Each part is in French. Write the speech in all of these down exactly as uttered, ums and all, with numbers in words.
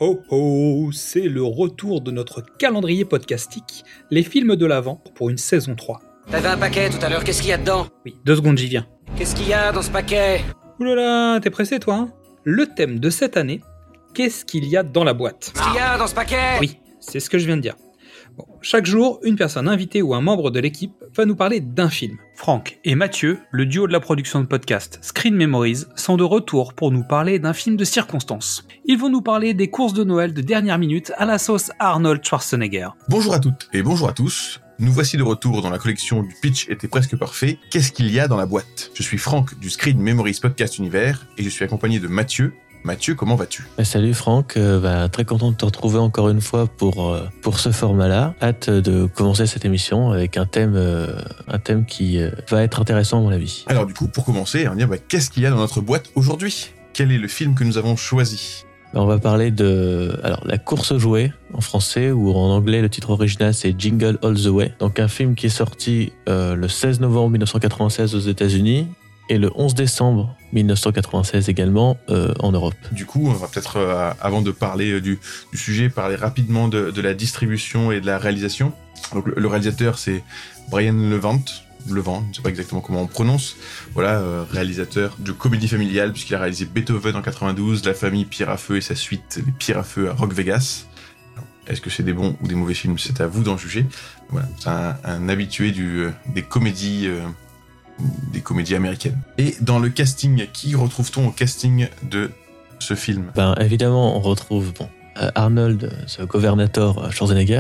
ho ho, c'est le retour de notre calendrier podcastique, les films de l'Avent pour une saison trois. T'avais un paquet tout à l'heure, qu'est-ce qu'il y a dedans ? Oui, deux secondes, j'y viens. Qu'est-ce qu'il y a dans ce paquet ? Oulala, t'es pressé toi hein ? Le thème de cette année, qu'est-ce qu'il y a dans la boîte ? Qu'est-ce qu'il y a dans ce paquet ? Oui, c'est ce que je viens de dire. Bon, chaque jour, une personne invitée ou un membre de l'équipe va nous parler d'un film. Franck et Mathieu, le duo de la production de podcast Screen Memories, sont de retour pour nous parler d'un film de circonstance. Ils vont nous parler des courses de Noël de dernière minute à la sauce Arnold Schwarzenegger. Bonjour à toutes et bonjour à tous. Nous voici de retour dans la collection du pitch était presque parfait. Qu'est-ce qu'il y a dans la boîte ? Je suis Franck du Screen Memories Podcast Univers et je suis accompagné de Mathieu. Mathieu, comment vas-tu ? Bah, salut Franck, euh, bah, très content de te retrouver encore une fois pour, euh, pour ce format-là. Hâte de commencer cette émission avec un thème, euh, un thème qui euh, va être intéressant à mon avis. Alors du coup, pour commencer, on va dire bah, qu'est-ce qu'il y a dans notre boîte aujourd'hui ? Quel est le film que nous avons choisi ? Bah, on va parler de alors, La course aux jouets en français, ou en anglais le titre original c'est Jingle All the Way. Donc un film qui est sorti euh, le seize novembre mille neuf cent quatre-vingt-seize aux États-Unis et le onze décembre mille neuf cent quatre-vingt-seize également euh, en Europe. Du coup, on va peut-être, euh, avant de parler euh, du, du sujet, parler rapidement de, de la distribution et de la réalisation. Donc, le, le réalisateur, c'est Brian Levant, Levant, je ne sais pas exactement comment on prononce. Voilà, euh, réalisateur de comédie familiale, puisqu'il a réalisé Beethoven en quatre-vingt-douze, La famille Pierre à Feu et sa suite, Les Pierre à Feu à Rock Vegas. Alors, est-ce que c'est des bons ou des mauvais films ? C'est à vous d'en juger. Voilà, c'est un, un habitué du, euh, des comédies... Euh, des comédies américaines. Et dans le casting, qui retrouve-t-on au casting de ce film ? Ben évidemment, on retrouve bon euh, Arnold, ce gouverneur Schwarzenegger,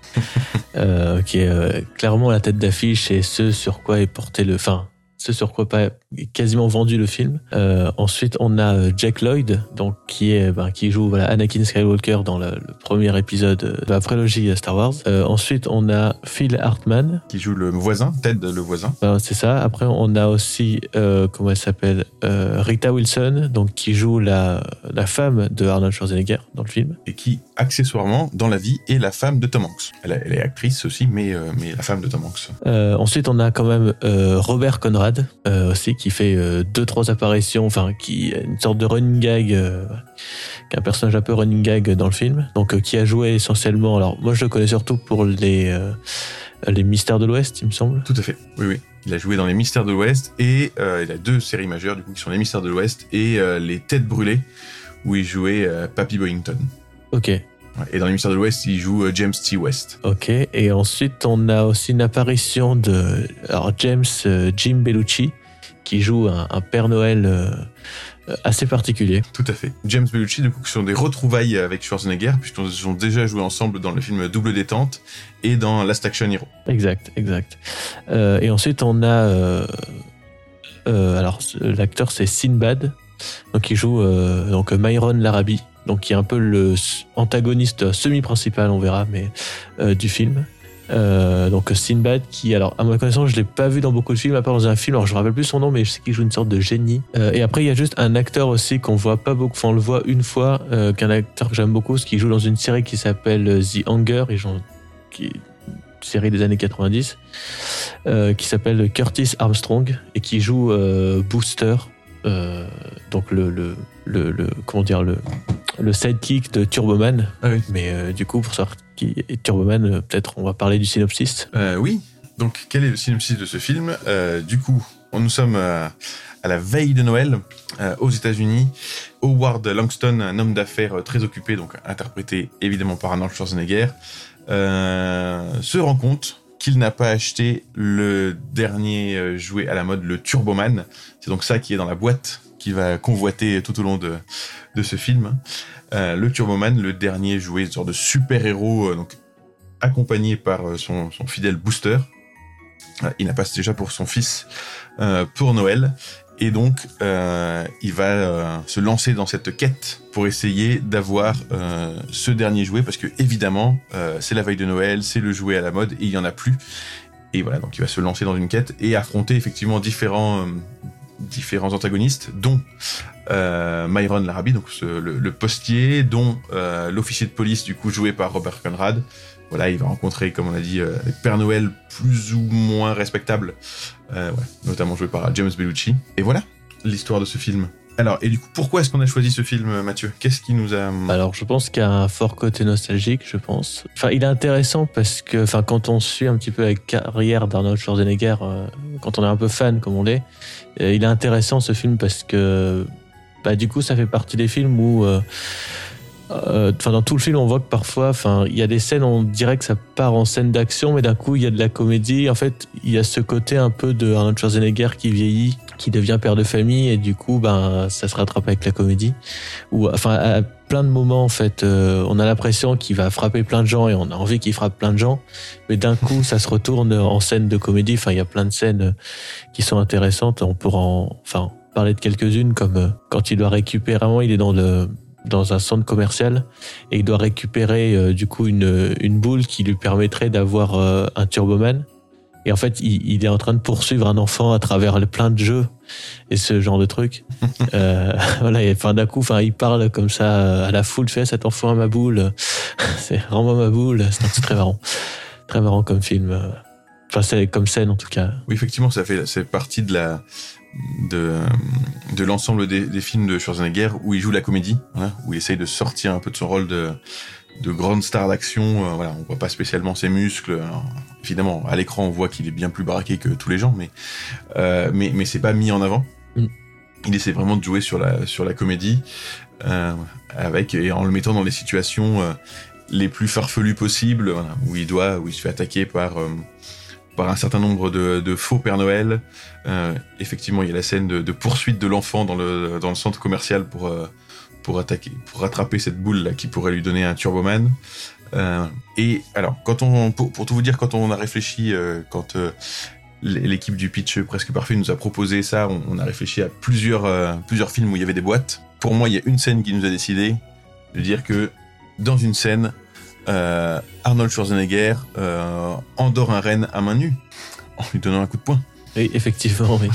euh, qui est euh, clairement la tête d'affiche et ce sur quoi est porté le, enfin, ce sur quoi pas quasiment vendu le film. Euh, ensuite, on a Jack Lloyd, donc qui est, ben, qui joue voilà Anakin Skywalker dans le, le premier épisode de la prélogie Star Wars. Euh, ensuite, on a Phil Hartman, qui joue le voisin, Ted le voisin. Ben, c'est ça. Après, on a aussi euh, comment elle s'appelle, euh, Rita Wilson, donc qui joue la la femme de Arnold Schwarzenegger dans le film. Et qui, accessoirement, dans la vie, est la femme de Tom Hanks. Elle, elle est actrice aussi, mais euh, mais la femme de Tom Hanks. Euh, ensuite, on a quand même euh, Robert Conrad. Euh, aussi qui fait euh, deux trois apparitions, enfin qui est une sorte de running gag, euh, qui est un personnage un peu running gag dans le film, donc euh, qui a joué essentiellement, alors moi je le connais surtout pour les euh, les Mystères de l'Ouest, il me semble. Tout à fait, oui oui. Il a joué dans les Mystères de l'Ouest et euh, il a deux séries majeures du coup qui sont les Mystères de l'Ouest et euh, les Têtes brûlées où il jouait euh, Papy Boyington. Ok. Et dans les Mystères de l'Ouest, il joue euh, James T. West. Ok. Et ensuite on a aussi une apparition de alors James euh, Jim Bellucci, qui joue un, un Père Noël euh, assez particulier. Tout à fait. James Bellucci, du coup, qui sont des retrouvailles avec Schwarzenegger, puisqu'ils ont déjà joué ensemble dans le film Double Détente et dans Last Action Hero. Exact, exact. Euh, et ensuite, on a... Euh, euh, alors, l'acteur, c'est Sinbad, donc il joue euh, donc Myron Larabi, donc qui est un peu le antagoniste semi-principal, on verra, mais euh, du film. Euh, donc Sinbad qui, alors à ma connaissance je l'ai pas vu dans beaucoup de films à part dans un film, alors je me rappelle plus son nom mais je sais qu'il joue une sorte de génie. Euh, et après il y a juste un acteur aussi qu'on voit pas beaucoup, enfin on le voit une fois, euh, qu'un acteur que j'aime beaucoup, ce qui joue dans une série qui s'appelle The Hunger, et genre, qui est une série des années quatre-vingt-dix, euh, qui s'appelle Curtis Armstrong et qui joue euh, Booster, euh, donc le, le, le, le comment dire le le sidekick de Turboman. Ah oui. Mais euh, du coup, pour savoir qui est Turboman, euh, peut-être on va parler du synopsis. Euh, oui. Donc, quel est le synopsis de ce film ? euh, Du coup, nous sommes euh, à la veille de Noël euh, aux États-Unis. Howard Langston, un homme d'affaires très occupé, donc interprété évidemment par Arnold Schwarzenegger, euh, se rend compte qu'il n'a pas acheté le dernier jouet à la mode, le Turboman. C'est donc ça qui est dans la boîte qu'il va convoiter tout au long de, de ce film. Euh, le Turboman, le dernier jouet, une sorte de super-héros, euh, donc accompagné par euh, son, son fidèle Booster. Euh, il n'a pas déjà pour son fils euh, pour Noël. Et donc, euh, il va euh, se lancer dans cette quête pour essayer d'avoir euh, ce dernier jouet, parce que évidemment, euh, c'est la veille de Noël, c'est le jouet à la mode, et il n'y en a plus. Et voilà, donc il va se lancer dans une quête et affronter effectivement différents... Euh, différents antagonistes, dont euh, Myron Larabi, donc ce, le, le postier, dont euh, l'officier de police, du coup joué par Robert Conrad. Voilà, il va rencontrer, comme on a dit, euh, les Pères Noël plus ou moins respectables, euh, ouais, notamment joué par James Bellucci. Et voilà l'histoire de ce film. Alors, et du coup, pourquoi est-ce qu'on a choisi ce film, Mathieu ? Qu'est-ce qui nous a... Alors, je pense qu'il y a un fort côté nostalgique, je pense. Enfin, il est intéressant parce que, enfin, quand on suit un petit peu la carrière d'Arnold Schwarzenegger, euh, quand on est un peu fan, comme on l'est, euh, il est intéressant ce film parce que, bah, du coup, ça fait partie des films où, euh, euh, enfin, dans tout le film, on voit que parfois, enfin, il y a des scènes, on dirait que ça part en scène d'action, mais d'un coup, il y a de la comédie. En fait, il y a ce côté un peu de Arnold Schwarzenegger qui vieillit, qui devient père de famille, et du coup, ben, ça se rattrape avec la comédie. Ou, enfin, à plein de moments, en fait, euh, on a l'impression qu'il va frapper plein de gens et on a envie qu'il frappe plein de gens, mais d'un coup, ça se retourne en scène de comédie. Enfin, il y a plein de scènes qui sont intéressantes. On pourra en, enfin, parler de quelques-unes, comme euh, quand il doit récupérer, vraiment, il est dans le dans un centre commercial et il doit récupérer euh, du coup une une boule qui lui permettrait d'avoir euh, un Turboman. Et en fait, il, il est en train de poursuivre un enfant à travers le, plein de jeux et ce genre de trucs. euh, voilà, et enfin d'un coup, enfin il parle comme ça à la foule, fait cet enfant à ma boule, c'est rends-moi ma boule. C'est, c'est très marrant, très marrant comme film. Enfin, c'est comme scène en tout cas. Oui, effectivement, ça fait c'est partie de la de de l'ensemble des, des films de Schwarzenegger où il joue la comédie, voilà, où il essaye de sortir un peu de son rôle de de grande star d'action. Euh, voilà, on voit pas spécialement ses muscles. Alors, évidemment, à l'écran, on voit qu'il est bien plus baraqué que tous les gens, mais euh, mais mais c'est pas mis en avant. Mm. Il essaie vraiment de jouer sur la sur la comédie, euh, avec et en le mettant dans les situations euh, les plus farfelues possibles, voilà, où il doit, où il se fait attaquer par euh, par un certain nombre de, de faux Père Noël. Euh, effectivement, il y a la scène de, de poursuite de l'enfant dans le dans le centre commercial pour euh, pour attaquer, pour rattraper cette boule là qui pourrait lui donner un Turboman. Euh, et alors, quand on, pour, pour tout vous dire, quand on a réfléchi, euh, quand euh, l'équipe du Pitch Presque Parfait nous a proposé ça, on, on a réfléchi à plusieurs euh, plusieurs films où il y avait des boîtes. Pour moi, il y a une scène qui nous a décidé de dire que dans une scène, euh, Arnold Schwarzenegger euh, endort un renne à main nue en lui donnant un coup de poing. Oui, effectivement, oui.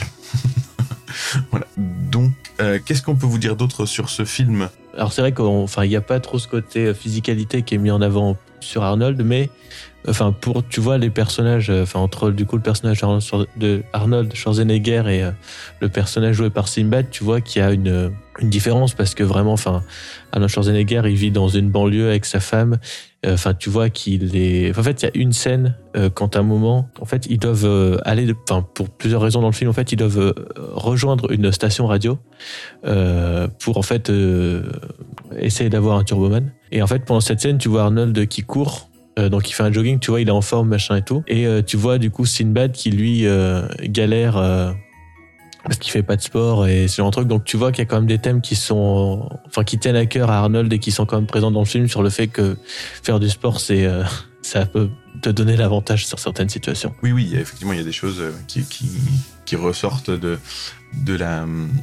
Voilà. Donc, euh, qu'est-ce qu'on peut vous dire d'autre sur ce film ? Alors c'est vrai qu'il n'y a pas trop ce côté physicalité qui est mis en avant sur Arnold, mais enfin pour tu vois les personnages, enfin entre du coup le personnage de Arnold Schwarzenegger et euh, le personnage joué par Sinbad, tu vois qu'il y a une une différence parce que vraiment, enfin Arnold Schwarzenegger il vit dans une banlieue avec sa femme. Enfin, euh, tu vois qu'il est. En fait, il y a une scène euh, quand à un moment, en fait, ils doivent euh, aller. Enfin, pour plusieurs raisons dans le film, en fait, ils doivent euh, rejoindre une station radio euh, pour en fait euh, essayer d'avoir un Turboman. Et en fait, pendant cette scène, tu vois Arnold qui court. Euh, donc, il fait un jogging. Tu vois, il est en forme, machin et tout. Et euh, tu vois du coup Sinbad qui lui euh, galère. Euh, parce qu'il fait pas de sport et ce genre de truc. Donc tu vois qu'il y a quand même des thèmes qui sont, enfin qui tiennent à cœur à Arnold et qui sont quand même présents dans le film sur le fait que faire du sport, c'est, euh, ça peut te donner l'avantage sur certaines situations. Oui, oui, effectivement, il y a des choses qui qui qui ressortent de de la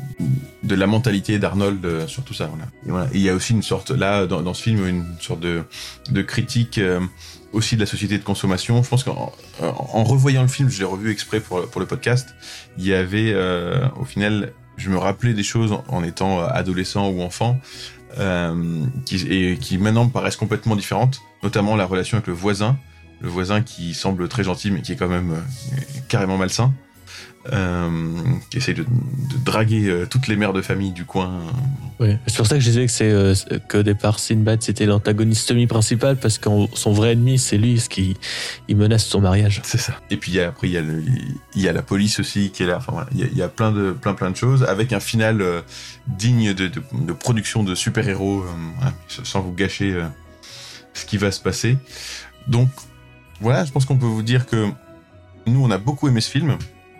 de la mentalité d'Arnold sur tout ça. Voilà. Et voilà. Et il y a aussi une sorte là dans, dans ce film une sorte de de critique. Euh, aussi de la société de consommation. Je pense qu'en en revoyant le film, je l'ai revu exprès pour, pour le podcast, il y avait, euh, au final, je me rappelais des choses en, en étant adolescent ou enfant, euh, qui, et qui maintenant me paraissent complètement différentes, notamment la relation avec le voisin, le voisin qui semble très gentil, mais qui est quand même euh, carrément malsain, euh, qui essaye de, de draguer euh, toutes les mères de famille du coin. Oui, c'est pour ça que je disais que c'est euh, qu'au départ Sinbad c'était l'antagoniste semi-principal parce que son vrai ennemi c'est lui, ce qui il menace son mariage. C'est ça. Et puis il y a, après il y a le, il y a la police aussi qui est là. Enfin voilà, il y a, il y a plein de plein plein de choses avec un final euh, digne de, de, de production de super-héros, euh, hein, sans vous gâcher euh, ce qui va se passer. Donc voilà, je pense qu'on peut vous dire que nous on a beaucoup aimé ce film.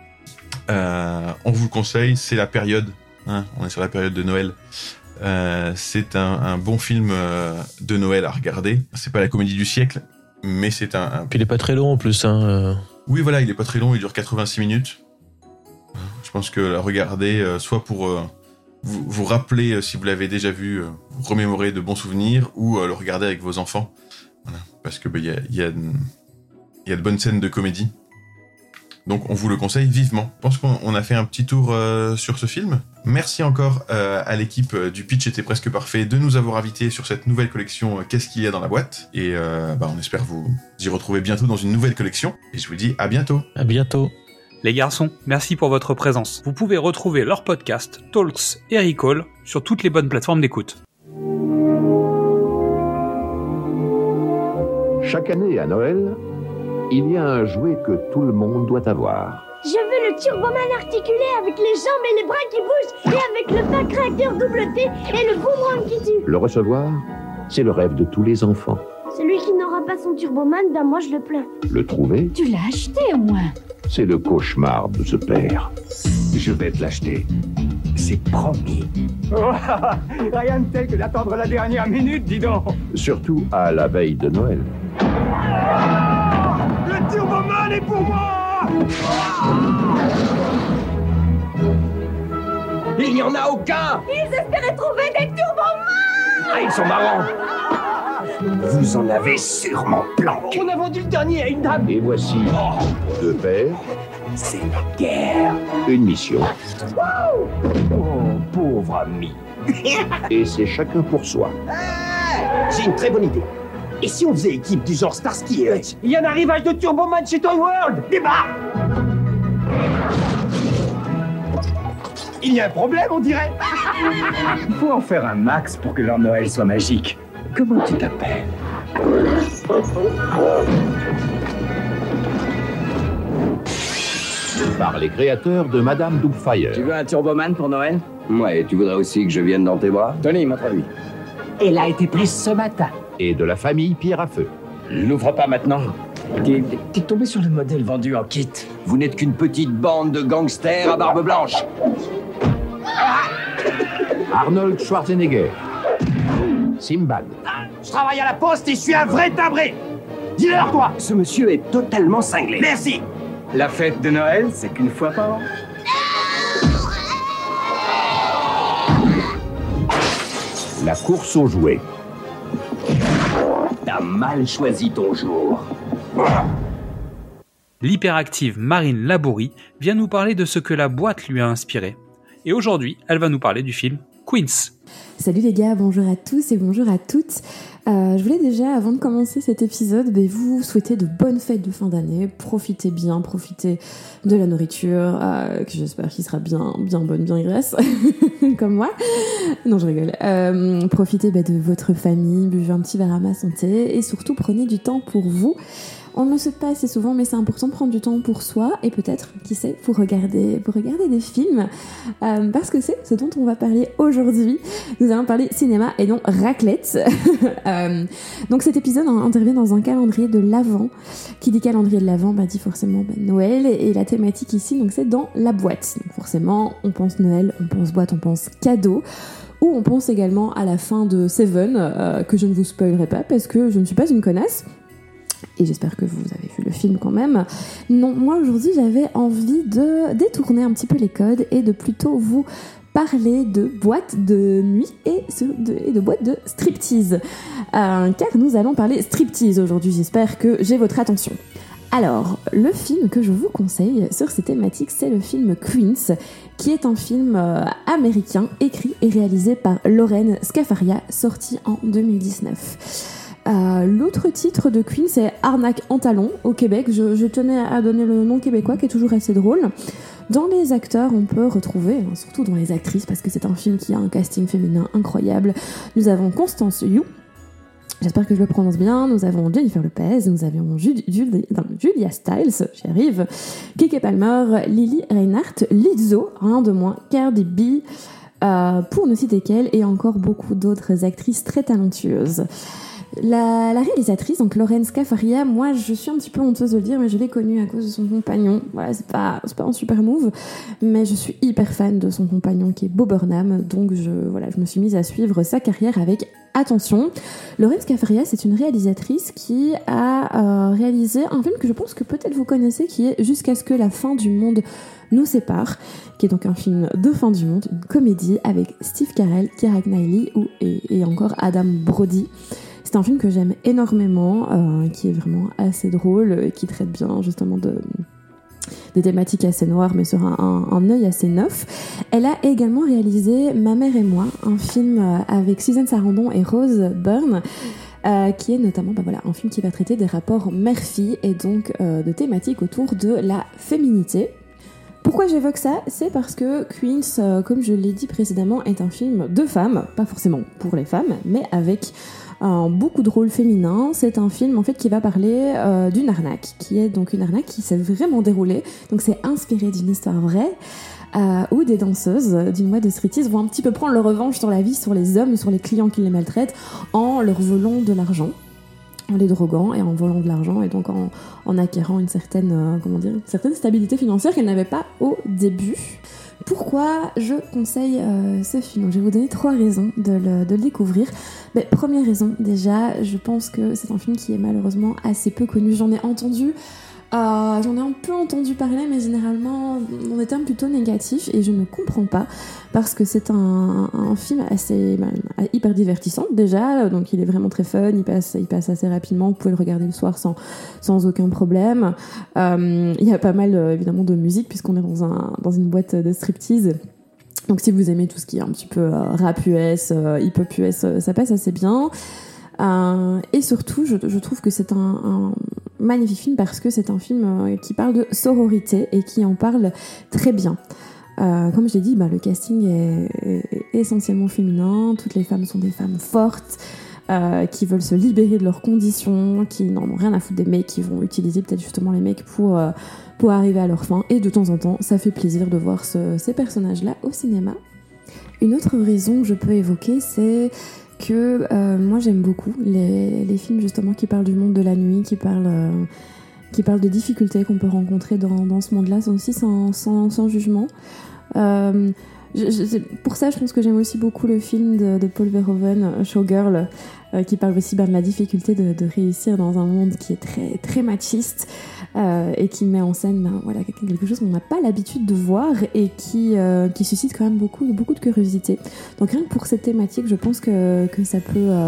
Euh, on vous le conseille, c'est la période, hein, on est sur la période de Noël. Euh, c'est un, un bon film euh, de Noël à regarder. C'est pas la comédie du siècle, mais c'est un. un... Puis il est pas très long en plus. Hein, euh... Oui, voilà, il est pas très long, il dure quatre-vingt-six minutes. Je pense que la regarder, euh, soit pour euh, vous, vous rappeler euh, si vous l'avez déjà vu, euh, remémorer de bons souvenirs, ou euh, le regarder avec vos enfants. Voilà, parce que il bah, y a, y a, y a de bonnes scènes de comédie. Donc on vous le conseille vivement. Je pense qu'on a fait un petit tour euh, sur ce film. Merci encore euh, à l'équipe euh, du Pitch était presque parfait de nous avoir invités sur cette nouvelle collection euh, Qu'est-ce qu'il y a dans la boîte. Et euh, bah, on espère vous y retrouver bientôt dans une nouvelle collection. Et je vous dis à bientôt. À bientôt. Les garçons, merci pour votre présence. Vous pouvez retrouver leur podcast Talks et Recall sur toutes les bonnes plateformes d'écoute. Chaque année à Noël, il y a un jouet que tout le monde doit avoir. Je veux le Turboman articulé avec les jambes et les bras qui bougent et avec le pack-cracker double T et le boomerang qui tue. Le recevoir, c'est le rêve de tous les enfants. Celui qui n'aura pas son Turboman, ben moi je le plains. Le trouver, Tu l'as acheté au moins. c'est le cauchemar de ce père. Je vais te l'acheter. C'est promis. Rien de tel que d'attendre la dernière minute, dis donc. Surtout à la veille de Noël. Le Turboman est pour moi. Il n'y en a aucun. Ils espéraient trouver des Turbomans. Ah, ils sont marrants. Vous en avez sûrement planqué. On a vendu le dernier à une dame. Et voici deux pères, C'est la guerre. une mission, Oh, pauvre ami. et c'est chacun pour soi. J'ai une très bonne idée. Et si on faisait équipe du genre Starsky et Hutch? Il y a un arrivage de Turboman chez Toy World. Débat. Il y a un problème, on dirait. Il faut en faire un max pour que leur Noël soit magique. Comment tu t'appelles? Par les créateurs de Madame Doubtfire. Tu veux un Turboman pour Noël? Ouais, et tu voudrais aussi que je vienne dans tes bras? Tony, montre-lui. Elle a été prise ce matin. Et de la famille Pierre à Feu. L'ouvre pas maintenant. T'es, t'es tombé sur le modèle vendu en kit. Vous n'êtes qu'une petite bande de gangsters à barbe blanche. Arnold Schwarzenegger. Sinbad. Je travaille à la poste et je suis un vrai timbré. Dis-leur, toi. Ce monsieur est totalement cinglé. Merci. La fête de Noël, c'est qu'une fois par an. La course aux jouets. T'as mal choisi ton jour. L'hyperactive Marine Labourie vient nous parler de ce que la boîte lui a inspiré. Et aujourd'hui, elle va nous parler du film Queens. Salut les gars, bonjour à tous et bonjour à toutes. Euh, je voulais déjà, avant de commencer cet épisode, bah, vous souhaiter de bonnes fêtes de fin d'année. Profitez bien, profitez de la nourriture, euh, que j'espère qu'il sera bien, bien bonne, bien grasse, comme moi. Non, je rigole. Euh, profitez bah, de votre famille, buvez un petit verre à ma santé et surtout prenez du temps pour vous. On ne le souhaite pas assez souvent, mais c'est important de prendre du temps pour soi et peut-être, qui sait, pour regarder, pour regarder des films, euh, parce que c'est ce dont on va parler aujourd'hui. Nous allons parler cinéma et non raclette. euh, donc cet épisode hein, intervient dans un calendrier de l'Avent. Qui dit calendrier de l'Avent, bah, dit forcément bah, Noël, et la thématique ici, donc c'est dans la boîte. Donc forcément, on pense Noël, on pense boîte, on pense cadeau. Ou on pense également à la fin de Seven, euh, que je ne vous spoilerai pas parce que je ne suis pas une connasse. Et j'espère que vous avez vu le film quand même. Non, moi aujourd'hui j'avais envie de détourner un petit peu les codes et de plutôt vous parler de boîtes de nuit et de, et de boîtes de striptease. Euh, car nous allons parler striptease aujourd'hui, j'espère que j'ai votre attention. Alors, le film que je vous conseille sur ces thématiques, c'est le film Queens, qui est un film euh, américain écrit et réalisé par Lorraine Scafaria, sorti en deux mille dix-neuf. Euh, l'autre titre de Queen, c'est Arnaque en talons au Québec. Je, je tenais à donner le nom québécois qui est toujours assez drôle. Dans les acteurs, on peut retrouver, hein, surtout dans les actrices, parce que c'est un film qui a un casting féminin incroyable. Nous avons Constance Yu, j'espère que je le prononce bien. Nous avons Jennifer Lopez, nous avions Judy, Judy, non, Julia Stiles, j'y arrive, Keke Palmer, Lily Reinhardt, Lizzo, rien de moins, Cardi B, euh, pour ne citer qu'elle, et encore beaucoup d'autres actrices très talentueuses. La, la réalisatrice, donc Lorraine Scafaria, moi je suis un petit peu honteuse de le dire, mais je l'ai connue à cause de son compagnon. Voilà, c'est pas, c'est pas un super move, mais je suis hyper fan de son compagnon qui est Bo Burnham, donc je, voilà, je me suis mise à suivre sa carrière avec attention. Lorraine Scafaria, c'est une réalisatrice qui a euh, réalisé un film que je pense que peut-être vous connaissez, qui est Jusqu'à ce que la fin du monde nous sépare, qui est donc un film de fin du monde, une comédie avec Steve Carell, Keira Knightley ou, et, et encore Adam Brody. C'est un film que j'aime énormément, euh, qui est vraiment assez drôle, qui traite bien justement de, des thématiques assez noires, mais sur un, un, un œil assez neuf. Elle a également réalisé Ma mère et moi, un film avec Suzanne Sarandon et Rose Byrne, euh, qui est notamment bah voilà, un film qui va traiter des rapports mère-fille et donc euh, de thématiques autour de la féminité. Pourquoi j'évoque ça ? C'est parce que Queens, euh, comme je l'ai dit précédemment, est un film de femmes, pas forcément pour les femmes, mais avec euh, beaucoup de rôles féminins. C'est un film en fait qui va parler euh, d'une arnaque, qui est donc une arnaque qui s'est vraiment déroulée. Donc c'est inspiré d'une histoire vraie. Euh, où des danseuses d'une boîte de striptease vont un petit peu prendre leur revanche sur la vie, sur les hommes, sur les clients qui les maltraitent, en leur volant de l'argent, en les droguant et en volant de l'argent, et donc en, en acquérant une certaine, euh, comment dire, une certaine stabilité financière qu'elles n'avaient pas au début. Pourquoi je conseille euh, ce film ? Donc, je vais vous donner trois raisons de le, de le découvrir. Mais, première raison, déjà, je pense que c'est un film qui est malheureusement assez peu connu. J'en ai entendu Euh, j'en ai un peu entendu parler, mais généralement dans des termes plutôt négatifs, et je ne comprends pas, parce que c'est un, un film assez bah, hyper divertissant déjà, donc il est vraiment très fun, il passe, il passe assez rapidement, vous pouvez le regarder le soir sans, sans aucun problème. Euh, il y a pas mal évidemment de musique, puisqu'on est dans, un, dans une boîte de striptease. Donc si vous aimez tout ce qui est un petit peu euh, rap U S, euh, hip-hop U S, euh, ça passe assez bien. Euh, et surtout, je, je trouve que c'est un, un magnifique film parce que c'est un film euh, qui parle de sororité et qui en parle très bien. Euh, comme je l'ai dit, bah, le casting est, est essentiellement féminin. Toutes les femmes sont des femmes fortes, euh, qui veulent se libérer de leurs conditions, qui n'en ont rien à foutre des mecs, qui vont utiliser peut-être justement les mecs pour, euh, pour arriver à leur fin. Et de temps en temps, ça fait plaisir de voir ce, ces personnages-là au cinéma. Une autre raison que je peux évoquer, c'est que euh, moi j'aime beaucoup les, les films justement qui parlent du monde de la nuit, qui parlent, euh, qui parlent de difficultés qu'on peut rencontrer dans, dans ce monde-là, aussi sans, sans, sans jugement. Euh, je, je, pour ça, je pense que j'aime aussi beaucoup le film de, de Paul Verhoeven, Showgirl, euh, qui parle aussi ben, de la difficulté de, de réussir dans un monde qui est très, très machiste, euh, et qui met en scène ben, voilà, quelque chose qu'on n'a pas l'habitude de voir et qui, euh, qui suscite quand même beaucoup, beaucoup de curiosité. Donc rien que pour cette thématique, je pense que, que ça, peut, euh,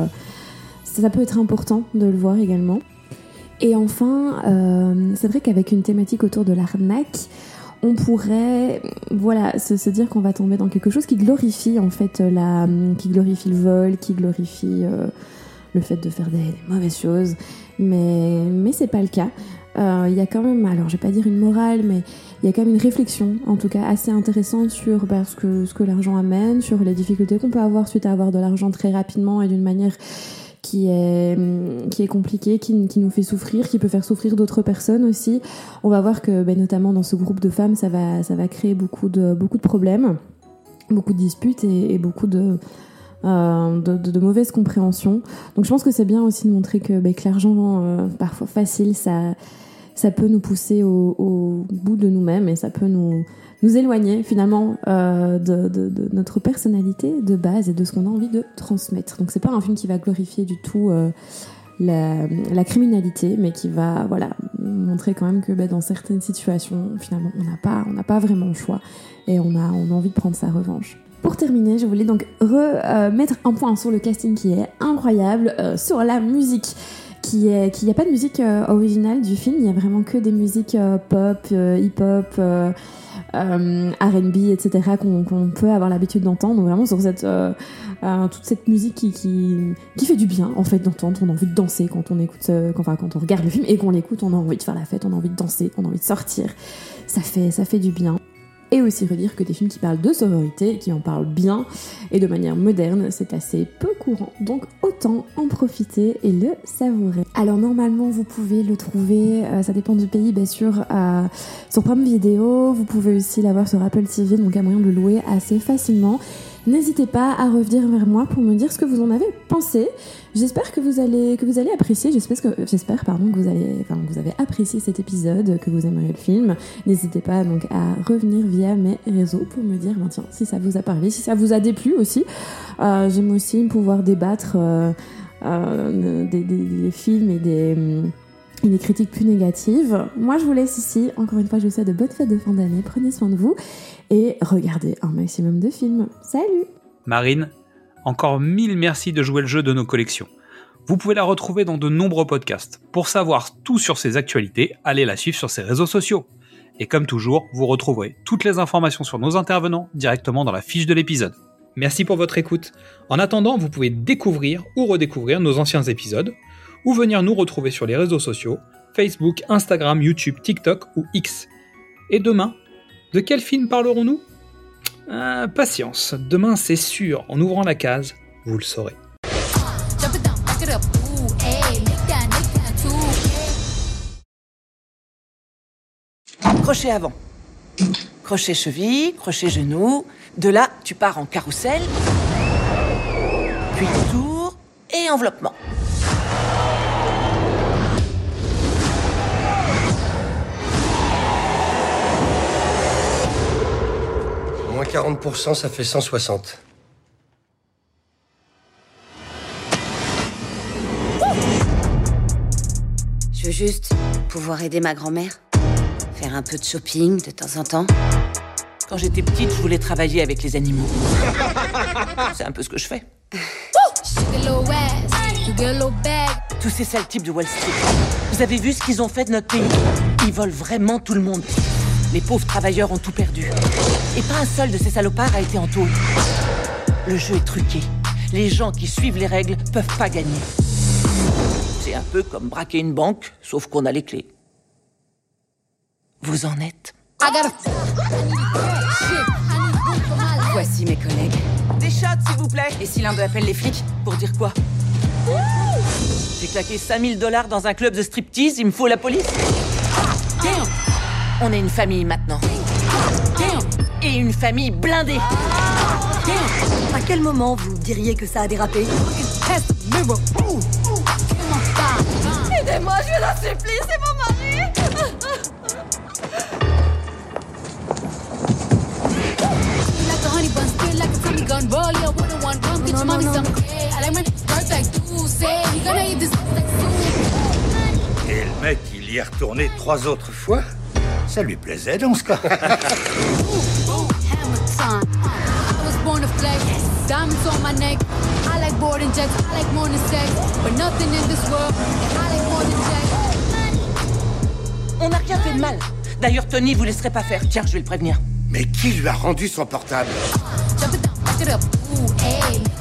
ça peut être important de le voir également. Et enfin, euh, c'est vrai qu'avec une thématique autour de l'arnaque, on pourrait voilà, se, se dire qu'on va tomber dans quelque chose qui glorifie en fait la, qui glorifie le vol, qui glorifie euh, le fait de faire des, des mauvaises choses, mais, mais c'est pas le cas. Il euh, y a quand même, alors je vais pas dire une morale, mais il y a quand même une réflexion, en tout cas assez intéressante sur bah, ce, que, ce que l'argent amène, sur les difficultés qu'on peut avoir suite à avoir de l'argent très rapidement et d'une manière qui est, qui est compliquée, qui, qui nous fait souffrir, qui peut faire souffrir d'autres personnes aussi. On va voir que ben, notamment dans ce groupe de femmes, ça va, ça va créer beaucoup de, beaucoup de problèmes, beaucoup de disputes et, et beaucoup de, euh, de, de, de mauvaises compréhensions. Donc je pense que c'est bien aussi de montrer que, ben, que l'argent, euh, parfois facile, ça, ça peut nous pousser au, au bout de nous-mêmes et ça peut nous... nous éloigner finalement euh, de, de, de notre personnalité de base et de ce qu'on a envie de transmettre. Donc c'est pas un film qui va glorifier du tout euh, la, la criminalité, mais qui va voilà, montrer quand même que bah, dans certaines situations, finalement, on n'a pas, on n'a pas vraiment le choix et on a, on a envie de prendre sa revanche. Pour terminer, je voulais donc remettre euh, un point sur le casting qui est incroyable, euh, sur la musique. Qui est, qui n'y a pas de musique euh, originale du film, il y a vraiment que des musiques euh, pop, euh, hip-hop, euh, euh, R and B, et cetera qu'on, qu'on peut avoir l'habitude d'entendre. Donc vraiment sur cette, euh, euh, toute cette musique qui, qui, qui fait du bien en fait d'entendre. On a envie de danser quand on écoute, euh, quand, enfin quand on regarde le film et qu'on l'écoute, on a envie de faire la fête, on a envie de danser, on a envie de sortir. Ça fait, ça fait du bien. Et aussi redire que des films qui parlent de sororité, qui en parlent bien et de manière moderne, c'est assez peu courant. Donc autant en profiter et le savourer. Alors normalement vous pouvez le trouver, euh, ça dépend du pays bien sûr, euh, sur Prime Video. Vous pouvez aussi l'avoir sur Apple T V, donc il y a moyen de le louer assez facilement. N'hésitez pas à revenir vers moi pour me dire ce que vous en avez pensé. J'espère que vous allez, que vous allez apprécier, j'espère, que, j'espère pardon, que vous, allez, enfin, que vous avez apprécié cet épisode, que vous aimerez le film. N'hésitez pas donc à revenir via mes réseaux pour me dire ben, tiens, si ça vous a parlé, si ça vous a déplu aussi. Euh, j'aime aussi pouvoir débattre euh, euh, des, des, des films et des... et des critiques plus négatives. Moi, je vous laisse ici. Encore une fois, je vous souhaite de bonnes fêtes de fin d'année. Prenez soin de vous et regardez un maximum de films. Salut! Marine, encore mille merci de jouer le jeu de nos collections. Vous pouvez la retrouver dans de nombreux podcasts. Pour savoir tout sur ses actualités, allez la suivre sur ses réseaux sociaux. Et comme toujours, vous retrouverez toutes les informations sur nos intervenants directement dans la fiche de l'épisode. Merci pour votre écoute. En attendant, vous pouvez découvrir ou redécouvrir nos anciens épisodes, ou venir nous retrouver sur les réseaux sociaux, Facebook, Instagram, YouTube, TikTok ou X. Et demain, De quel film parlerons-nous ? euh, Patience, demain c'est sûr, en ouvrant la case, vous le saurez. Crochet avant. Crochet cheville, crochet genou. De là, tu pars en carrousel. Puis tour et enveloppement. Moins quarante pour cent, ça fait cent soixante. Je veux juste pouvoir aider ma grand-mère. Faire un peu de shopping de temps en temps. Quand j'étais petite, je voulais travailler avec les animaux. C'est un peu ce que je fais. Tous ces sales types de Wall Street. Vous avez vu ce qu'ils ont fait de notre pays ? Ils volent vraiment tout le monde. Les pauvres travailleurs ont tout perdu. Et pas un seul de ces salopards a été en taule. Le jeu est truqué. Les gens qui suivent les règles peuvent pas gagner. C'est un peu comme braquer une banque, sauf qu'on a les clés. Vous en êtes ? Voici mes collègues. Des shots, s'il vous plaît. Et si l'un d'eux appelle les flics ? Pour dire quoi ? J'ai claqué cinq mille dollars dans un club de striptease, il me faut la police ? On est une famille maintenant. Et une famille blindée. À quel moment vous diriez que ça a dérapé ? Aidez-moi, je vous en supplie, c'est mon mari. Non, non, non. Et le mec, il y est retourné trois autres fois. Ça lui plaisait dans ce cas. On n'a rien fait de mal. D'ailleurs, Tony vous laisserait pas faire. Tiens, je vais le prévenir. Mais qui lui a rendu son portable ?